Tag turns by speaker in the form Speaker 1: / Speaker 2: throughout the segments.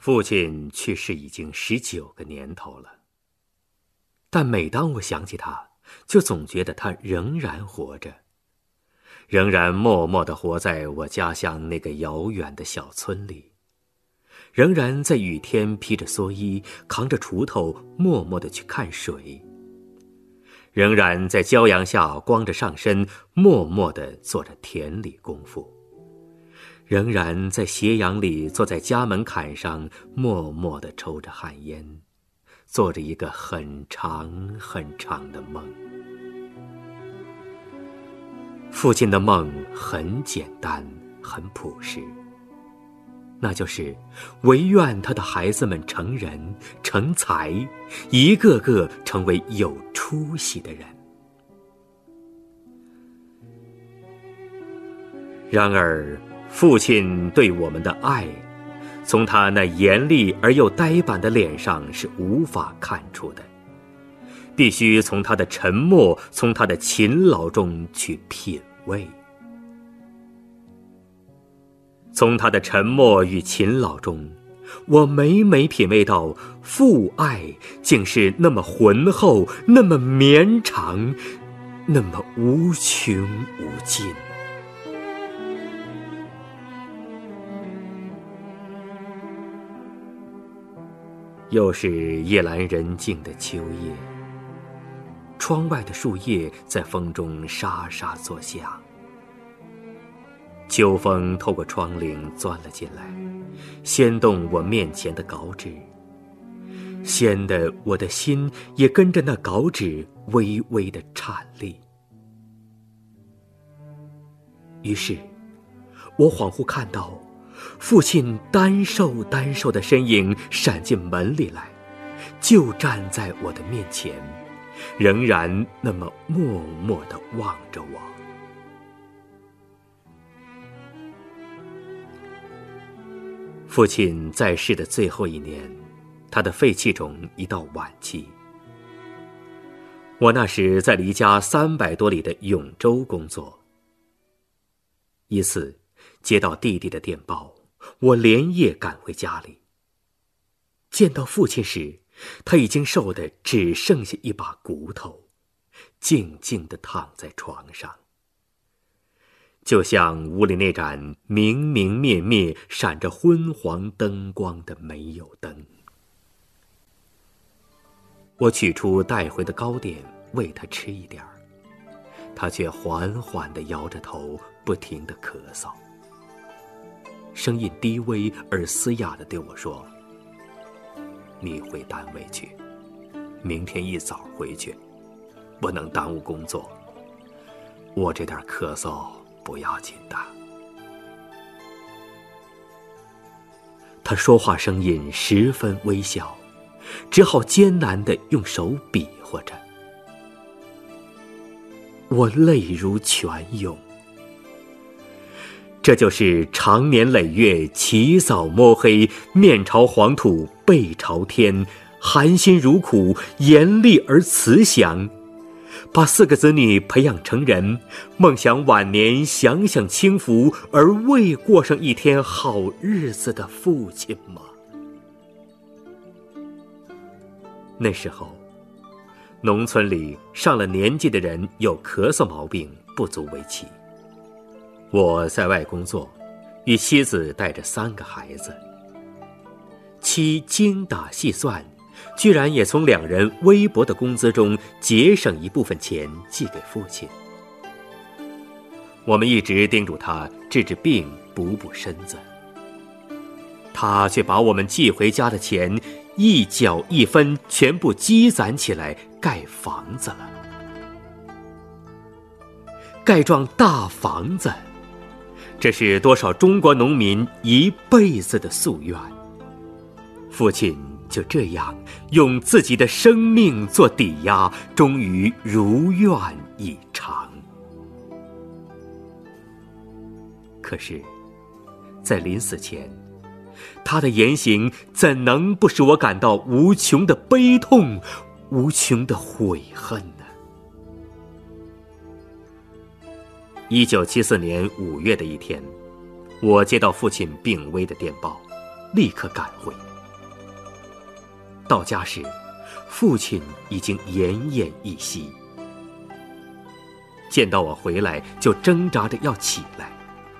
Speaker 1: 父亲去世已经19个年头了，但每当我想起他，就总觉得他仍然活着，仍然默默地活在我家乡那个遥远的小村里，仍然在雨天披着蓑衣，扛着锄头，默默地去看水，仍然在骄阳下光着上身，默默地做着田里功夫，仍然在斜阳里坐在家门槛上，默默地抽着旱烟，做着一个很长很长的梦。父亲的梦很简单，很朴实，那就是唯愿他的孩子们成人成才，一个个成为有出息的人。然而父亲对我们的爱，从他那严厉而又呆板的脸上是无法看出的，必须从他的沉默，从他的勤劳中去品味。从他的沉默与勤劳中，我每每品味到父爱竟是那么浑厚，那么绵长，那么无穷无尽。又是夜阑人静的秋夜，窗外的树叶在风中沙沙作响，秋风透过窗棂钻了进来，掀动我面前的稿纸，掀得我的心也跟着那稿纸微微的颤栗。于是我恍惚看到父亲单瘦单瘦的身影闪进门里来，就站在我的面前，仍然那么默默地望着我。父亲在世的最后一年，他的肺气肿已到晚期。我那时在离家300多里的永州工作。一次接到弟弟的电报，我连夜赶回家里。见到父亲时，他已经瘦得只剩下一把骨头，静静地躺在床上，就像屋里那盏明明灭灭、闪着昏黄灯光的煤油灯。我取出带回的糕点喂他吃一点儿，他却缓缓地摇着头，不停地咳嗽，声音低微而嘶哑地对我说：“你回单位去，明天一早回去，不能耽误工作。我这点咳嗽不要紧的。”他说话声音十分微小，只好艰难地用手比划着。我泪如泉涌。这就是长年累月起早摸黑，面朝黄土背朝天，含辛茹苦，严厉而慈祥，把4个子女培养成人，梦想晚年享享清福，而未过上一天好日子的父亲吗？那时候农村里上了年纪的人有咳嗽毛病不足为奇。我在外工作，与妻子带着3个孩子，妻精打细算，居然也从2人微薄的工资中节省一部分钱寄给父亲。我们一直叮嘱他治病补身子，他却把我们寄回家的钱一角一分全部积攒起来盖房子了。盖幢大房子，这是多少中国农民一辈子的夙愿。父亲就这样用自己的生命做抵押，终于如愿以偿。可是在临死前，他的言行怎能不使我感到无穷的悲痛，无穷的悔恨呢？1974年5月的一天，我接到父亲病危的电报，立刻赶回。 到家时，父亲已经奄奄一息。见到我回来，就挣扎着要起来。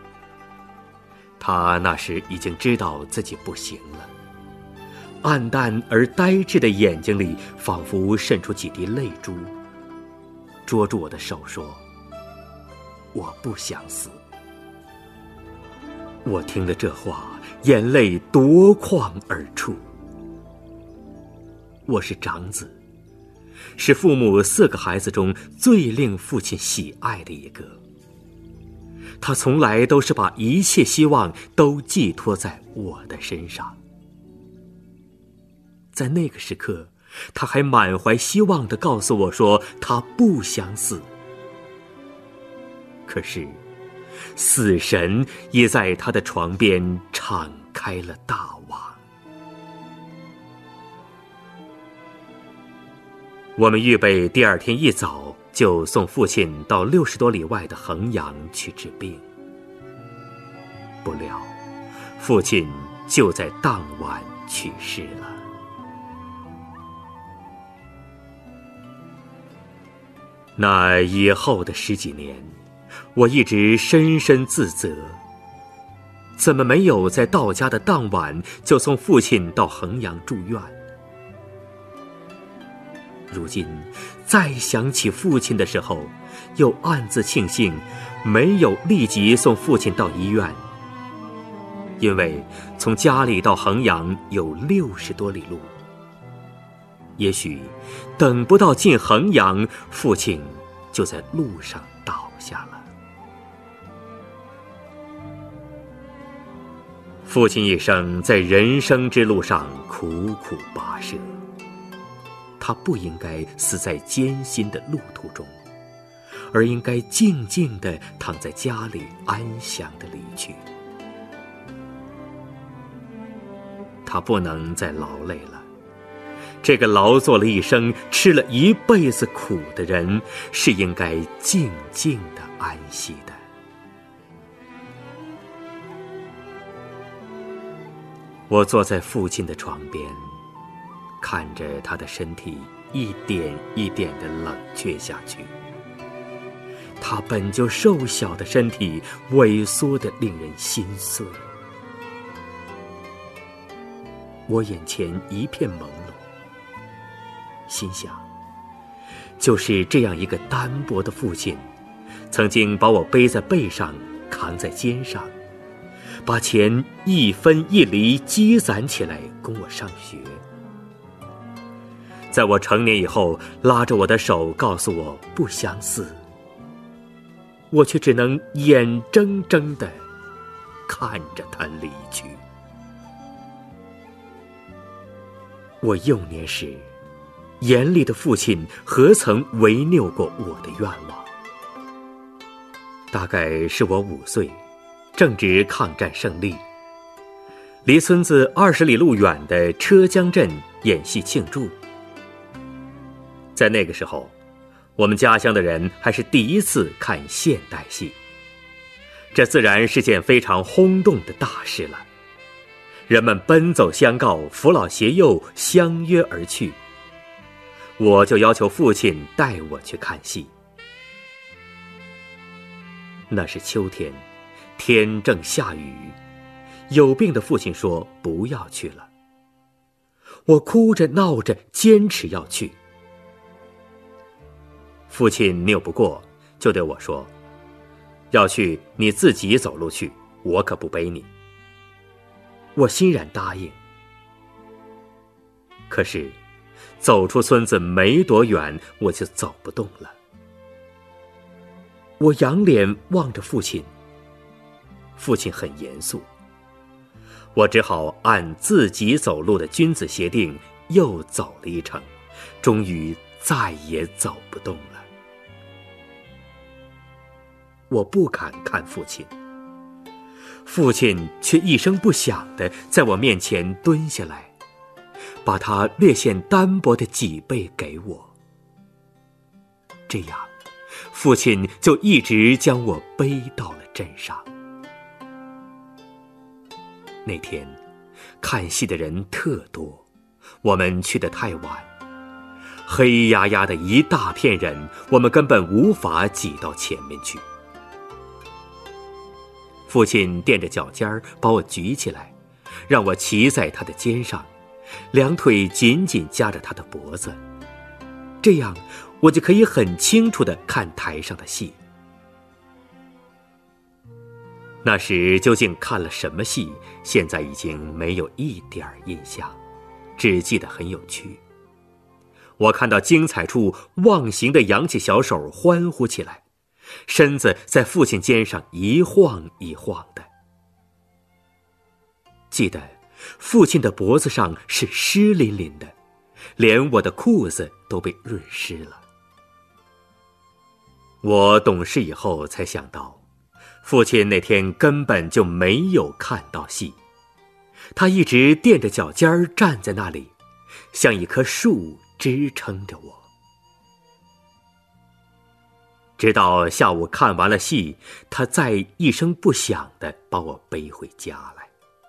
Speaker 1: 他那时已经知道自己不行了，暗淡而呆滞的眼睛里仿佛渗出几滴泪珠，捉住我的手说：“我不想死。”我听了这话，眼泪夺眶而出。我是长子，是父母4个孩子中最令父亲喜爱的一个。他从来都是把一切希望都寄托在我的身上。在那个时刻，他还满怀希望地告诉我说他不想死。可是死神已在他的床边敞开了大网。我们预备第2天一早就送父亲到60多里外的衡阳去治病。不料父亲就在当晚去世了。那以后的10几年，我一直深深自责，怎么没有在到家的当晚就送父亲到衡阳住院？如今再想起父亲的时候，又暗自庆幸没有立即送父亲到医院，因为从家里到衡阳有60多里路，也许等不到进衡阳，父亲就在路上倒下了。父亲一生在人生之路上苦苦跋涉，他不应该死在艰辛的路途中，而应该静静地躺在家里安详地离去。他不能再劳累了，这个劳作了一生、吃了一辈子苦的人，是应该静静地安息的。我坐在父亲的床边，看着他的身体一点一点地冷却下去。他本就瘦小的身体萎缩得令人心碎。我眼前一片朦胧，心想，就是这样一个单薄的父亲，曾经把我背在背上，扛在肩上，把钱一分一厘积攒起来供我上学。在我成年以后，拉着我的手告诉我不想死，我却只能眼睁睁地看着他离去。我幼年时，严厉的父亲何曾违拗过我的愿望？大概是我5岁，正值抗战胜利，离村子20里路远的车江镇演戏庆祝。在那个时候，我们家乡的人还是第一次看现代戏，这自然是件非常轰动的大事了。人们奔走相告，扶老携幼，相约而去。我就要求父亲带我去看戏。那是秋天，天正下雨，有病的父亲说不要去了。我哭着闹着坚持要去。父亲拗不过，就对我说，要去你自己走路去，我可不背你。我欣然答应。可是走出村子没多远，我就走不动了。我仰脸望着父亲，父亲很严肃，我只好按自己走路的君子协定，又走了一程，终于再也走不动了。我不敢看父亲，父亲却一声不响地在我面前蹲下来，把他略显单薄的脊背给我。这样，父亲就一直将我背到了镇上。那天看戏的人特多， 我们去得太晚，黑压压的一大片人，我们根本无法挤到前面去。父亲垫着脚尖儿把我举起来，让我骑在他的肩上，两腿紧紧夹着他的脖子，这样我就可以很清楚地看台上的戏。那时究竟看了什么戏，现在已经没有一点印象，只记得很有趣。我看到精彩处忘形地扬起小手欢呼起来，身子在父亲肩上一晃一晃的。记得父亲的脖子上是湿淋淋的，连我的裤子都被润湿了。我懂事以后才想到，父亲那天根本就没有看到戏，他一直垫着脚尖儿站在那里，像一棵树支撑着我。直到下午看完了戏，他再一声不响地把我背回家来。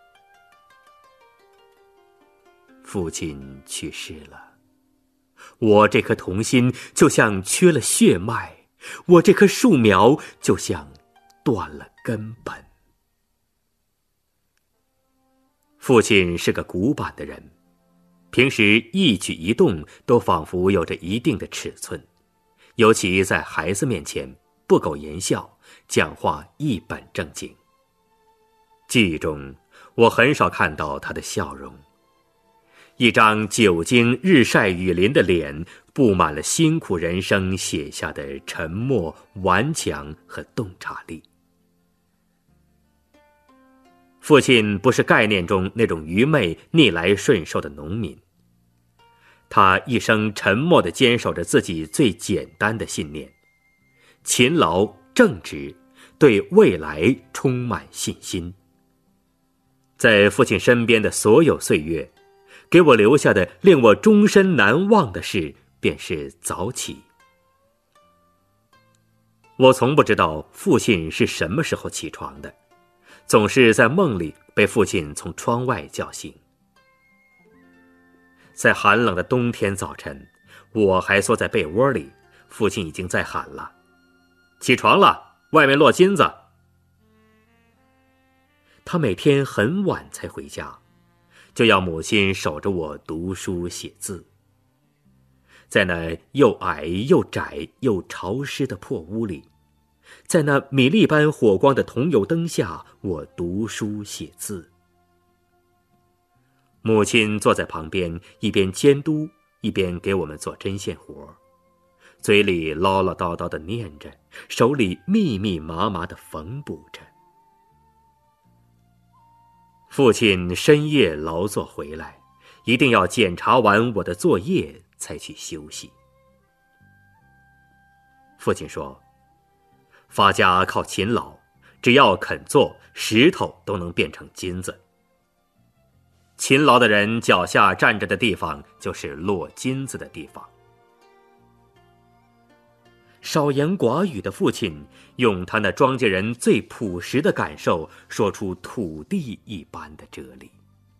Speaker 1: 父亲去世了，我这颗童心就像缺了血脉，我这棵树苗就像断了根本。父亲是个古板的人，平时一举一动都仿佛有着一定的尺寸，尤其在孩子面前不苟言笑，讲话一本正经。记忆中，我很少看到他的笑容，一张久经日晒雨淋的脸，布满了辛苦人生写下的沉默、顽强和洞察力。父亲不是概念中那种愚昧、逆来顺受的农民，他一生沉默地坚守着自己最简单的信念：勤劳、正直，对未来充满信心。在父亲身边的所有岁月，给我留下的令我终身难忘的事，便是早起。我从不知道父亲是什么时候起床的，总是在梦里被父亲从窗外叫醒。在寒冷的冬天早晨，我还缩在被窝里，父亲已经在喊了：“起床了，外面落金子。”他每天很晚才回家，就要母亲守着我读书写字。在那又矮又窄又潮湿的破屋里，在那米粒般火光的桐油灯下，我读书写字。母亲坐在旁边，一边监督，一边给我们做针线活，嘴里唠唠叨叨地念着，手里密密麻麻地缝补着。父亲深夜劳作回来，一定要检查完我的作业才去休息。父亲说，发家靠勤劳，只要肯做，石头都能变成金子。勤劳的人脚下站着的地方，就是落金子的地方。少言寡语的父亲，用他那庄稼人最朴实的感受，说出土地一般的哲理。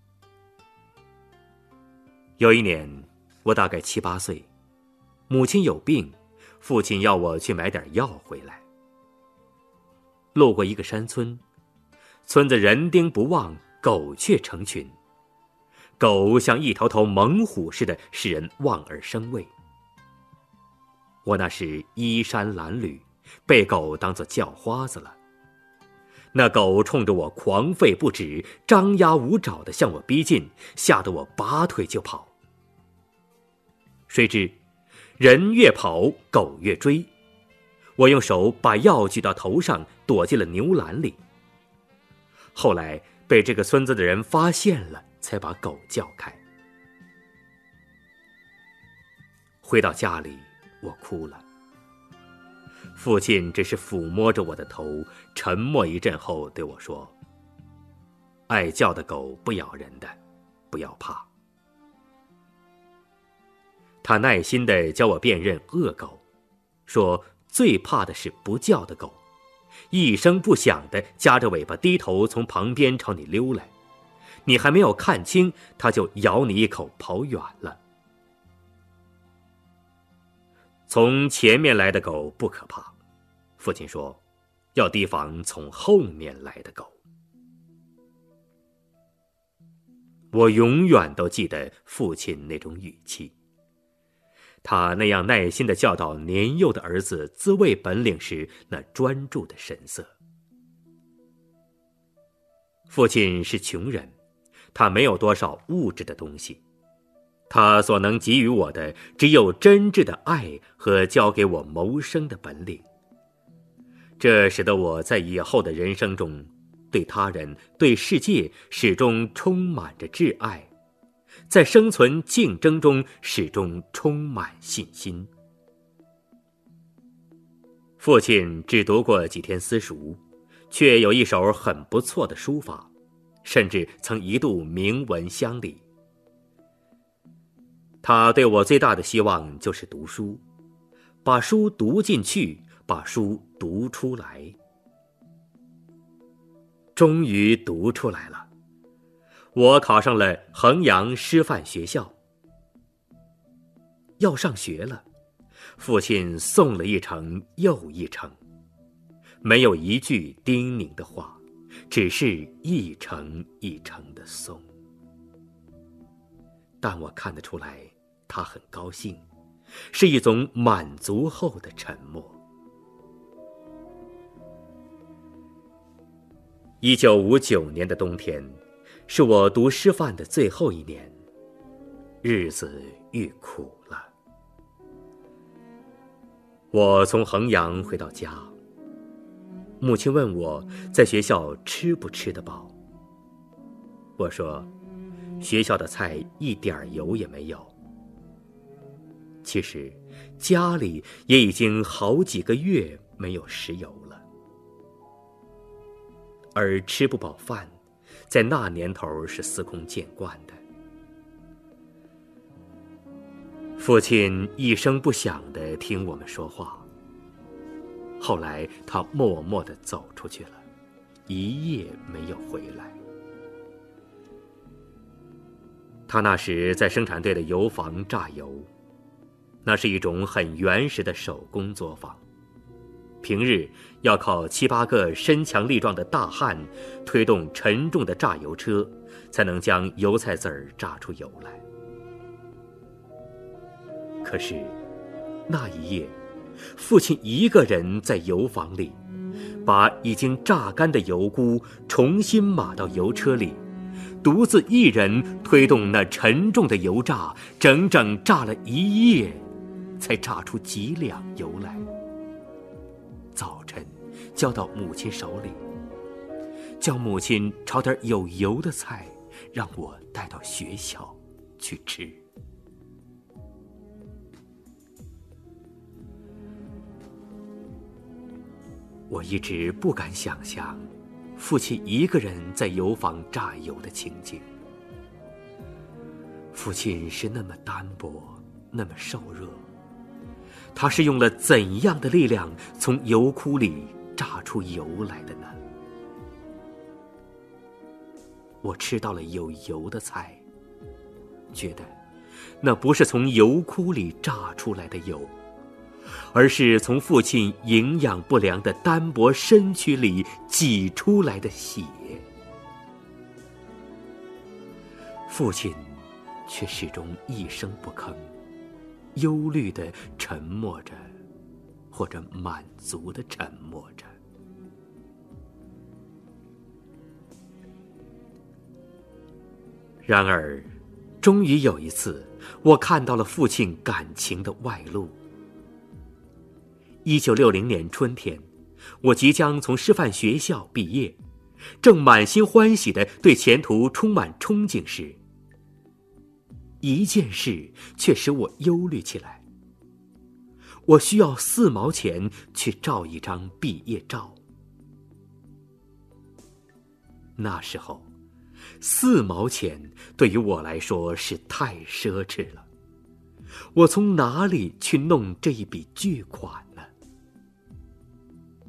Speaker 1: 有一年，我大概7、8岁，母亲有病，父亲要我去买点药回来。路过一个山村，村子人丁不旺，狗却成群，狗像一头头猛虎似的，使人望而生畏。我那时衣衫褴褛，被狗当作叫花子了。那狗冲着我狂吠不止，张牙舞爪地向我逼近，吓得我拔腿就跑。谁知人越跑，狗越追。我用手把药举到头上，躲进了牛栏里。后来被这个村子的人发现了，才把狗叫开。回到家里，我哭了。父亲只是抚摸着我的头，沉默一阵后对我说：“爱叫的狗不咬人的，不要怕。”他耐心地教我辨认恶狗，说最怕的是不叫的狗，一声不响地夹着尾巴低头从旁边朝你溜来， 你还没有看清，它就咬你一口跑远了。从前面来的狗不可怕，父亲说，要提防从后面来的狗。我永远都记得父亲那种语气，他那样耐心地教导年幼的儿子自卫本领时那专注的神色。父亲是穷人，他没有多少物质的东西，他所能给予我的只有真挚的爱和教给我谋生的本领。这使得我在以后的人生中，对他人、对世界始终充满着挚爱，在生存竞争中始终充满信心。父亲只读过几天私塾，却有一手很不错的书法，甚至曾一度名闻乡里。他对我最大的希望就是读书，把书读进去，把书读出来。终于读出来了，我考上了衡阳师范学校。要上学了，父亲送了一程又一程，没有一句叮咛的话，只是一程一程的送。但我看得出来，他很高兴，是一种满足后的沉默。1959年的冬天，是我读师范的最后一年，日子愈苦了。我从衡阳回到家，母亲问我在学校吃不吃得饱。我说，学校的菜一点油也没有。其实，家里也已经好几个月没有食油了。而吃不饱饭，在那年头是司空见惯的。父亲一声不响地听我们说话，后来他默默地走出去了，一夜没有回来。他那时在生产队的油坊榨油，那是一种很原始的手工作坊，平日要靠7、8个身强力壮的大汉推动沉重的榨油车，才能将油菜籽儿榨出油来。可是那一夜，父亲一个人在油坊里，把已经榨干的油菇重新码到油车里，独自一人推动那沉重的油榨，整整榨了一夜，才榨出几两油来。早晨交到母亲手里，叫母亲炒点有油的菜，让我带到学校去吃。我一直不敢想象父亲一个人在油坊榨油的情景。父亲是那么单薄，那么瘦弱，他是用了怎样的力量从油窟里榨出油来的呢？我吃到了有油的菜，觉得那不是从油窟里榨出来的油，而是从父亲营养不良的单薄身躯里挤出来的血。父亲却始终一声不吭，忧虑地沉默着，或者满足地沉默着。然而，终于有一次，我看到了父亲感情的外露。1960年春天，我即将从师范学校毕业，正满心欢喜地对前途充满憧憬时，一件事却使我忧虑起来。我需要4毛钱去照一张毕业照。那时候，4毛钱对于我来说是太奢侈了。我从哪里去弄这一笔巨款呢？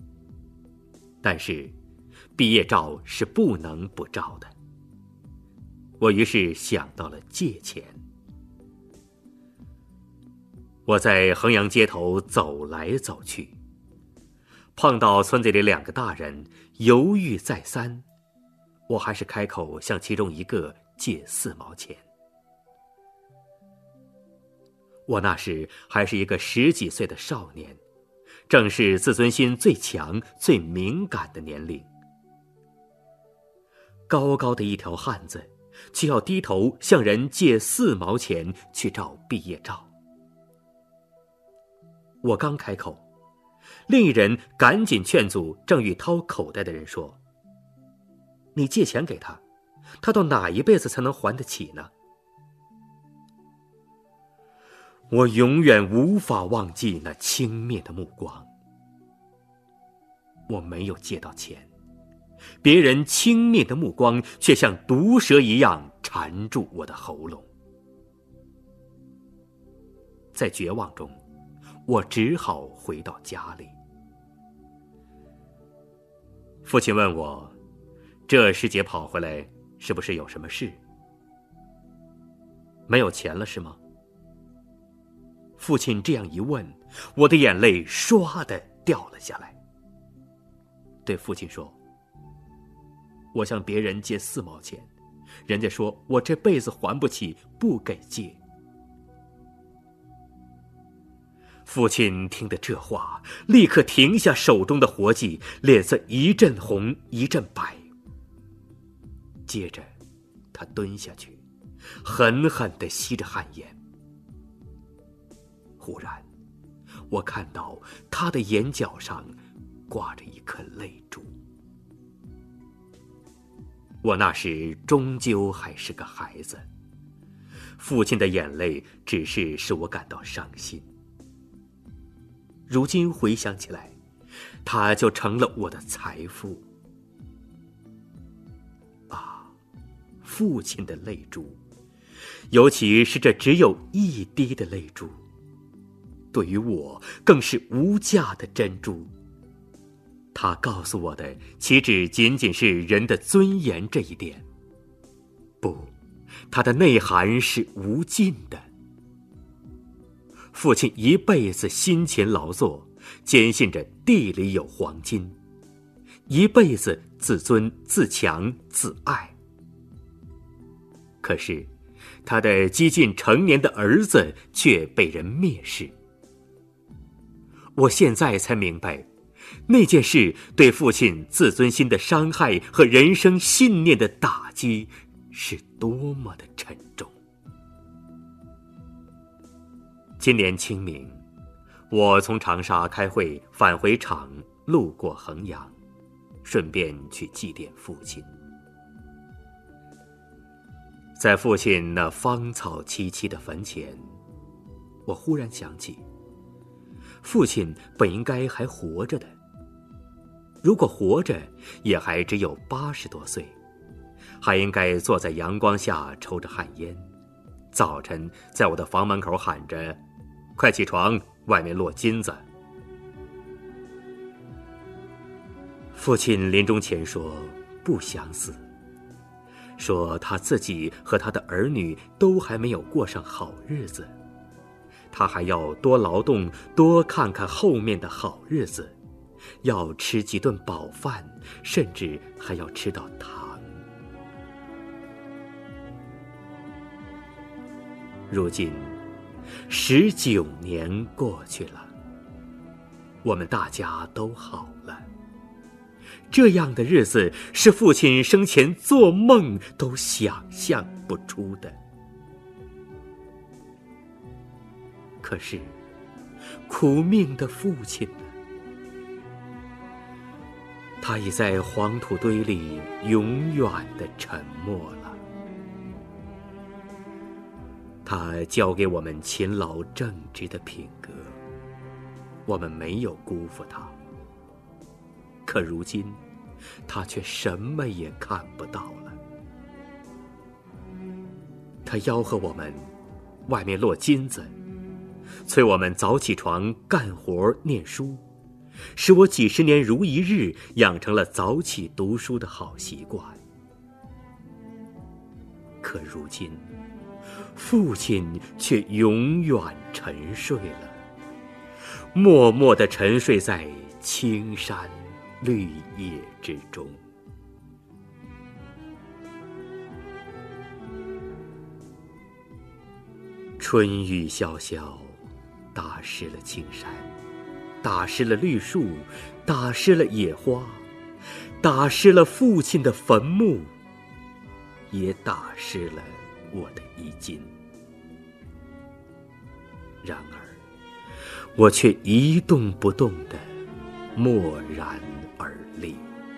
Speaker 1: 但是，毕业照是不能不照的。 我于是想到了借钱。我在衡阳街头走来走去，碰到村子里2个大人，犹豫再三，我还是开口向其中一个借4毛钱。我那时还是一个10几岁的少年，正是自尊心最强、最敏感的年龄。高高的一条汉子，却要低头向人借4毛钱去照毕业照。我刚开口，另一人赶紧劝阻正欲掏口袋的人说：“你借钱给他，他到哪一辈子才能还得起呢？”我永远无法忘记那轻蔑的目光。我没有借到钱，别人轻蔑的目光却像毒蛇一样缠住我的喉咙。在绝望中，我只好回到家里。父亲问我，这时节跑回来是不是有什么事？没有钱了是吗？父亲这样一问，我的眼泪唰地掉了下来。对父亲说：“我向别人借4毛钱，人家说我这辈子还不起，不给借。”父亲听得这话，立刻停下手中的活计，脸色一阵红一阵白。接着，他蹲下去，狠狠地吸着汗烟。忽然，我看到他的眼角上挂着一颗泪珠。我那时终究还是个孩子，父亲的眼泪只是使我感到伤心。如今回想起来，他就成了我的财富。啊，父亲的泪珠，尤其是这只有一滴的泪珠，对于我更是无价的珍珠。他告诉我的岂止仅仅是人的尊严这一点，不，它的内涵是无尽的。父亲一辈子辛勤劳作，坚信着地里有黄金，一辈子自尊自强自爱。可是他的几近成年的儿子却被人蔑视。我现在才明白，那件事对父亲自尊心的伤害和人生信念的打击是多么的沉重。今年清明，我从长沙开会返回厂，路过衡阳，顺便去祭奠父亲。在父亲那芳草萋萋的坟前，我忽然想起，父亲本应该还活着的，如果活着，也还只有80多岁，还应该坐在阳光下抽着旱烟，早晨在我的房门口喊着：“快起床，外面落金子。”父亲临终前说不想死，说他自己和他的儿女都还没有过上好日子，他还要多劳动，多看看后面的好日子，要吃几顿饱饭，甚至还要吃到糖。如今19年过去了，我们大家都好了。这样的日子是父亲生前做梦都想象不出的。可是苦命的父亲呢？他已在黄土堆里永远的沉没了。他教给我们勤劳正直的品格，我们没有辜负他。可如今，他却什么也看不到了。他吆喝我们，外面落金子，催我们早起床干活念书，使我几十年如一日养成了早起读书的好习惯。可可如今，父亲却永远沉睡了，默默地沉睡在青山绿叶之中。春雨潇潇，打湿了青山，打湿了绿树，打湿了野花，打湿了父亲的坟墓，也打湿了我的衣襟。然而，我却一动不动地默然而立。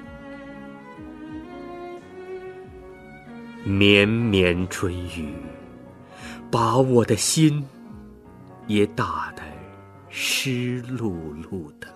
Speaker 1: 绵绵春雨，把我的心也打得湿漉漉的。